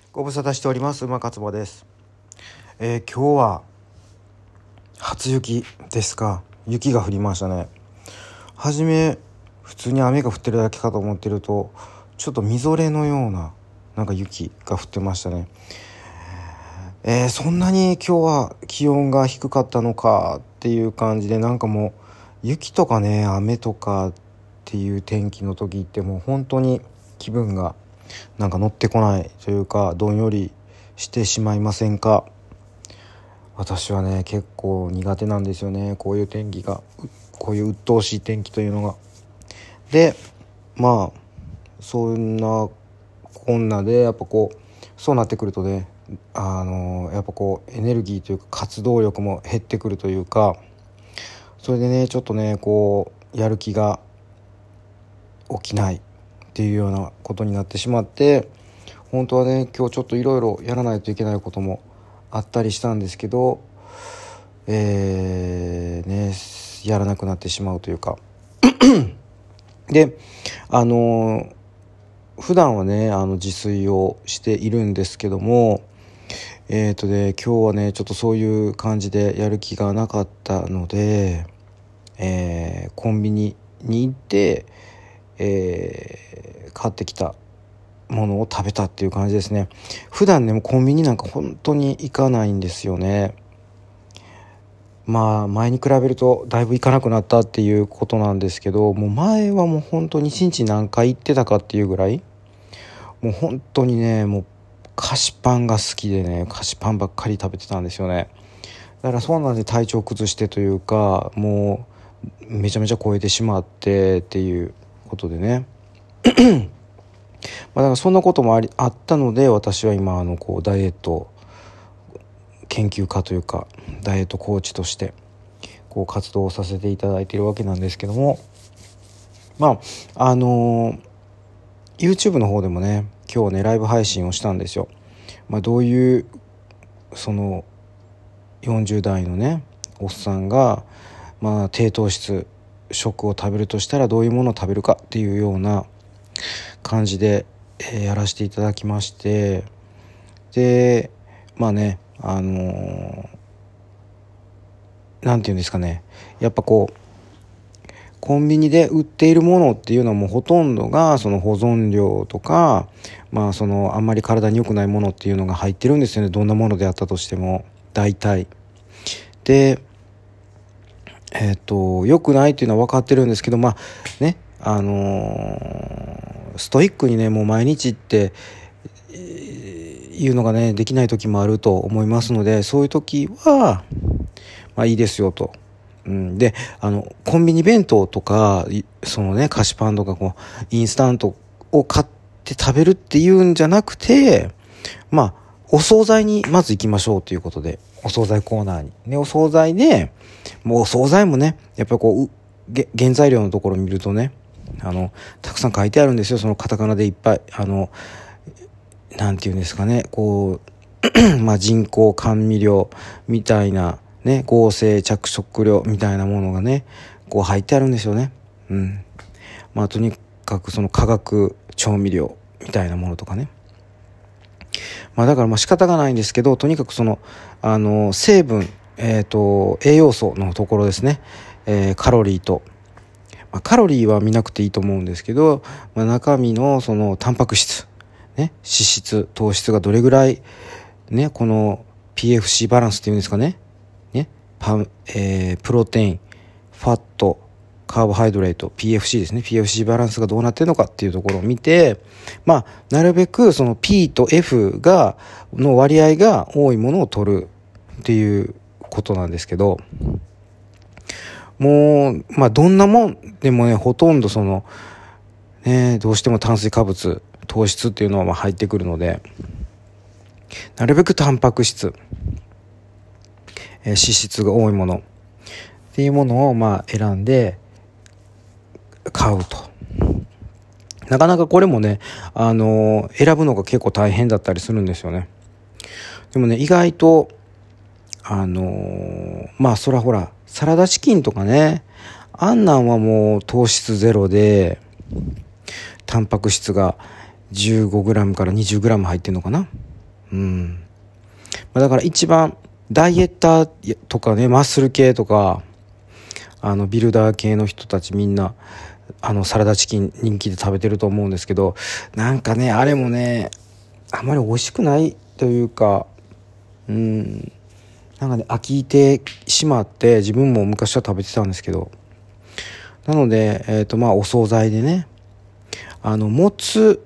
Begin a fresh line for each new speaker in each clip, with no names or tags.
ご無沙汰しております馬勝馬です。今日は初雪ですか。雪が降りましたね。はじめ普通に雨が降ってるだけかと思ってると、ちょっとみぞれのような雪が降ってましたね。そんなに今日は気温が低かったのかっていう感じで、もう雪とかね、雨とかっていう天気の時ってもう本当に気分が乗ってこないというか、どんよりしてしまいませんか。私はね結構苦手なんですよね、こういう天気が、こういう鬱陶しい天気というのが。でそんなこんなでそうなってくるとね、エネルギーというか活動力も減ってくるというか、それでねちょっとねやる気が起きないっていうようなことになってしまって、本当はね今日ちょっといろいろやらないといけないこともあったりしたんですけど、やらなくなってしまうというかで普段はね自炊をしているんですけども、今日はねちょっとそういう感じでやる気がなかったので、コンビニに行って、買ってきたものを食べたっていう感じですね。普段ねもうコンビニ本当に行かないんですよね。前に比べるとだいぶ行かなくなったっていうことなんですけど、もう前はもう本当に1日何回行ってたかっていうぐらい、もう本当にねもう菓子パンが好きでね、菓子パンばっかり食べてたんですよね。だからそうなんで体調崩してというか、もうめちゃめちゃ超えてしまってっていうことでねだからそんなこともあったので、私は今ダイエット研究家というかダイエットコーチとして活動をさせていただいているわけなんですけども、YouTube の方でもね今日ねライブ配信をしたんですよ。どういうその40代のねおっさんが低糖質食を食べるとしたらどういうものを食べるかっていうような感じで、やらせていただきまして、でなんていうんですかね、やっぱコンビニで売っているものっていうのはもうほとんどがその保存料とか、あんまり体に良くないものっていうのが入ってるんですよね。どんなものであったとしても大体で、良くないっていうのは分かってるんですけど、ストイックにねもう毎日っていうのがねできない時もあると思いますので、そういう時はいいですよと。でコンビニ弁当とか菓子パンとかインスタントを買って食べるっていうんじゃなくて、お惣菜にまず行きましょうということで、お惣菜コーナーにね、お惣菜でもうお惣菜もねやっぱり原材料のところを見るとねたくさん書いてあるんですよ。そのカタカナでいっぱいなんていうんですかね、人工甘味料みたいなね、合成着色料みたいなものがね入ってあるんですよね。とにかくその化学調味料みたいなものとかね、だから仕方がないんですけど、とにかくその成分、栄養素のところですね、カロリーと、カロリーは見なくていいと思うんですけど、中身のそのタンパク質ね、脂質糖質がどれぐらいね、この PFC バランスっていうんですかね、プロテイン、ファット、カーボハイドレート PFC ですね、 PFC バランスがどうなってるのかっていうところを見て、なるべくその P と F の割合が多いものを取るっていうことなんですけど、もうどんなもんでもねほとんどどうしても炭水化物糖質っていうのは入ってくるので、なるべくタンパク質、脂質が多いものっていうものを選んで買うと。なかなかこれもね選ぶのが結構大変だったりするんですよね。でもね意外とそらほらサラダチキンとかね、あんなんはもう糖質ゼロでタンパク質が 15g から 20g 入ってんのかな。 だから一番ダイエッターとかね、マッスル系とかビルダー系の人たちみんなサラダチキン人気で食べてると思うんですけど、なんかねあれもねあまり美味しくないというか、なんかね飽きてしまって、自分も昔は食べてたんですけど、なのでお惣菜でねもつ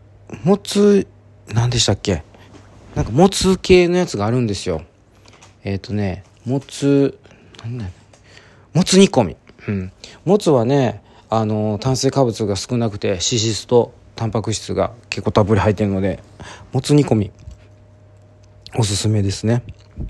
何でしたっけ、なんかもつ系のやつがあるんですよ。もつ煮込み。もつはね炭水化物が少なくて脂質とタンパク質が結構たっぷり入っているので、もつ煮込みおすすめですね。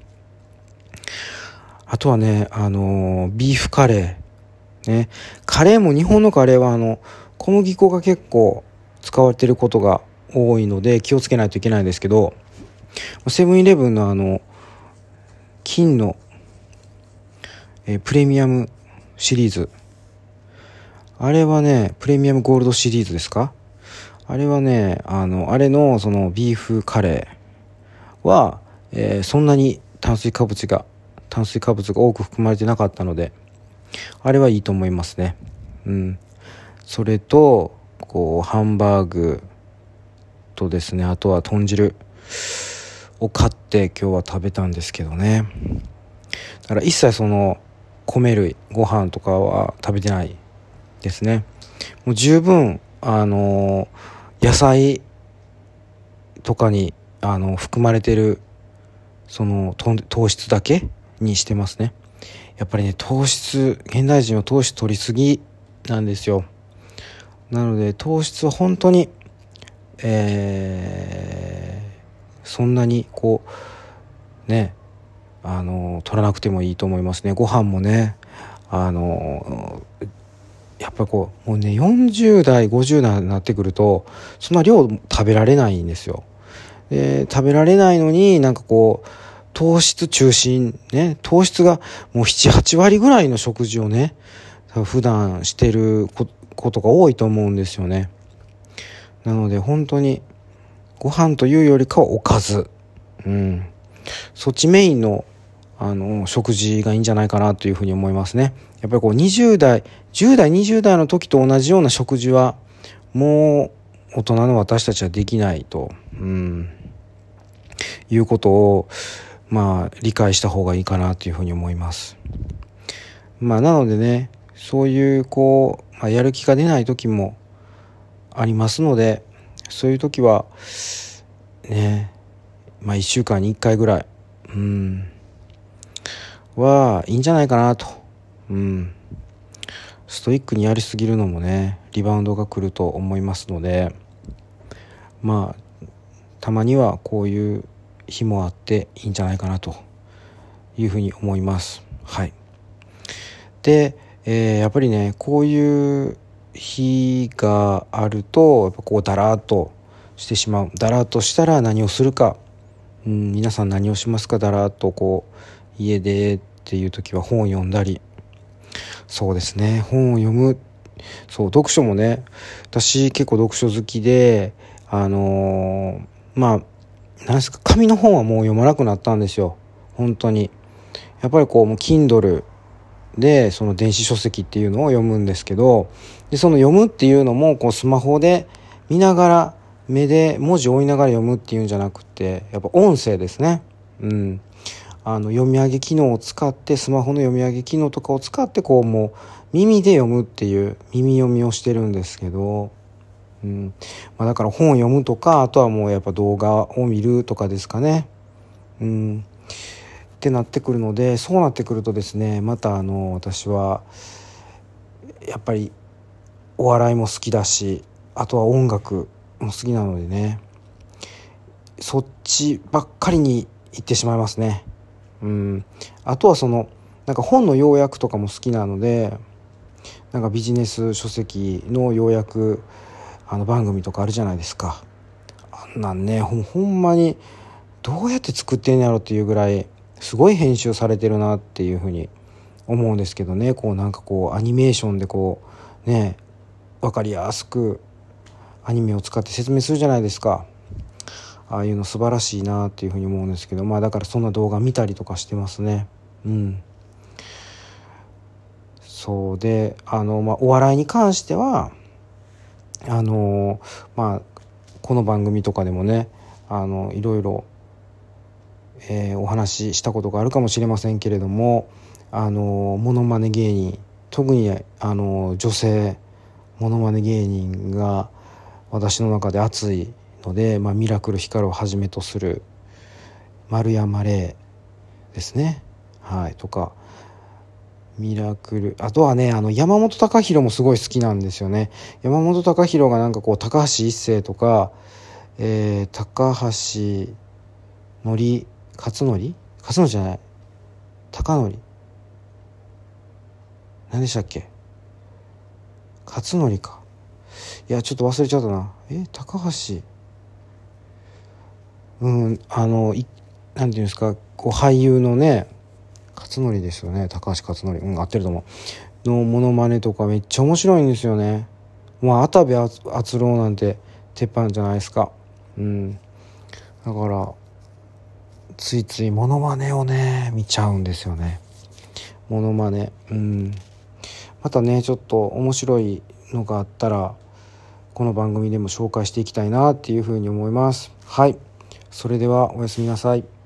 あとはねビーフカレーね。カレーも日本のカレーは小麦粉が結構使われていることが多いので気をつけないといけないんですけど、セブンイレブンの金の、プレミアムシリーズ、あれはねプレミアムゴールドシリーズですか、あれはねあれのそのビーフカレーは、そんなに炭水化物が多く含まれてなかったので、あれはいいと思いますね。それとハンバーグとですね、あとは豚汁を買って今日は食べたんですけどね。だから一切その米類ご飯とかは食べてないですね。もう十分野菜とかに含まれてるその糖質だけにしてますね。やっぱりね現代人は糖質取りすぎなんですよ。なので糖質は本当にそんなに取らなくてもいいと思いますね。ご飯もねやっぱりもうね40代50代になってくるとそんな量食べられないんですよ。食べられないのに糖質中心ね、糖質がもう 7,8 割ぐらいの食事をね普段してることが多いと思うんですよね。なので本当にご飯というよりかはおかず、そっちメインの食事がいいんじゃないかなというふうに思いますね。やっぱり20代10代20代の時と同じような食事はもう大人の私たちはできないと、いうことを理解した方がいいかなというふうに思います。なのでねそういうやる気が出ない時もありますので、そういう時はね1週間に1回ぐらいはいいんじゃないかなと。ストイックにやりすぎるのもねリバウンドが来ると思いますので、たまにはこういう日もあっていいんじゃないかなというふうに思います。はい。で、やっぱりねこういう日があるとやっぱダラーっとしてしまう。ダラーっとしたら何をするか、皆さん何をしますか？ダラーっと家でっていう時は本を読んだり、そうですね本を読む、読書もね私結構読書好きでなんですか、紙の本はもう読まなくなったんですよ。本当にやっぱりもう Kindle でその電子書籍っていうのを読むんですけど、でその読むっていうのもスマホで見ながら目で文字を追いながら読むっていうんじゃなくて、やっぱ音声ですね。読み上げ機能を使って、スマホの読み上げ機能とかを使ってもう耳で読むっていう耳読みをしてるんですけど、だから本を読むとか、あとはもうやっぱ動画を見るとかですかね。ってなってくるので、そうなってくるとですね、また私はやっぱりお笑いも好きだし、あとは音楽も好きなのでね、そっちばっかりに行ってしまいますね。あとはなんか本の要約とかも好きなので、なんかビジネス書籍の要約番組とかあるじゃないですか。あんなんねほんまにどうやって作ってんやろっていうぐらいすごい編集されてるなっていうふうに思うんですけどね。なんかアニメーションでね分かりやすくアニメを使って説明するじゃないですか。 ああいうの素晴らしいなっていうふうに思うんですけど、だからそんな動画見たりとかしてますね。そうでお笑いに関してはこの番組とかでもねいろいろ、お話ししたことがあるかもしれませんけれどもモノマネ芸人、特に女性モノマネ芸人が私の中で熱いので、ミラクルヒカルをはじめとする丸山礼ですね、とかミラクル、あとはね山本貴弘もすごい好きなんですよね。山本貴弘がなんかこう高橋一生とか、高橋克典じゃない貴則何でしたっけ、克典か、いやちょっと忘れちゃったな。高橋なんていうんですか、こう俳優のね克典ですよね、高橋克典、合ってると思うのモノマネとかめっちゃ面白いんですよね。渡部篤郎なんて鉄板じゃないですか。だからついついモノマネをね見ちゃうんですよね。モノマネまたねちょっと面白いのがあったらこの番組でも紹介していきたいなっていうふうに思います。はい、それではおやすみなさい。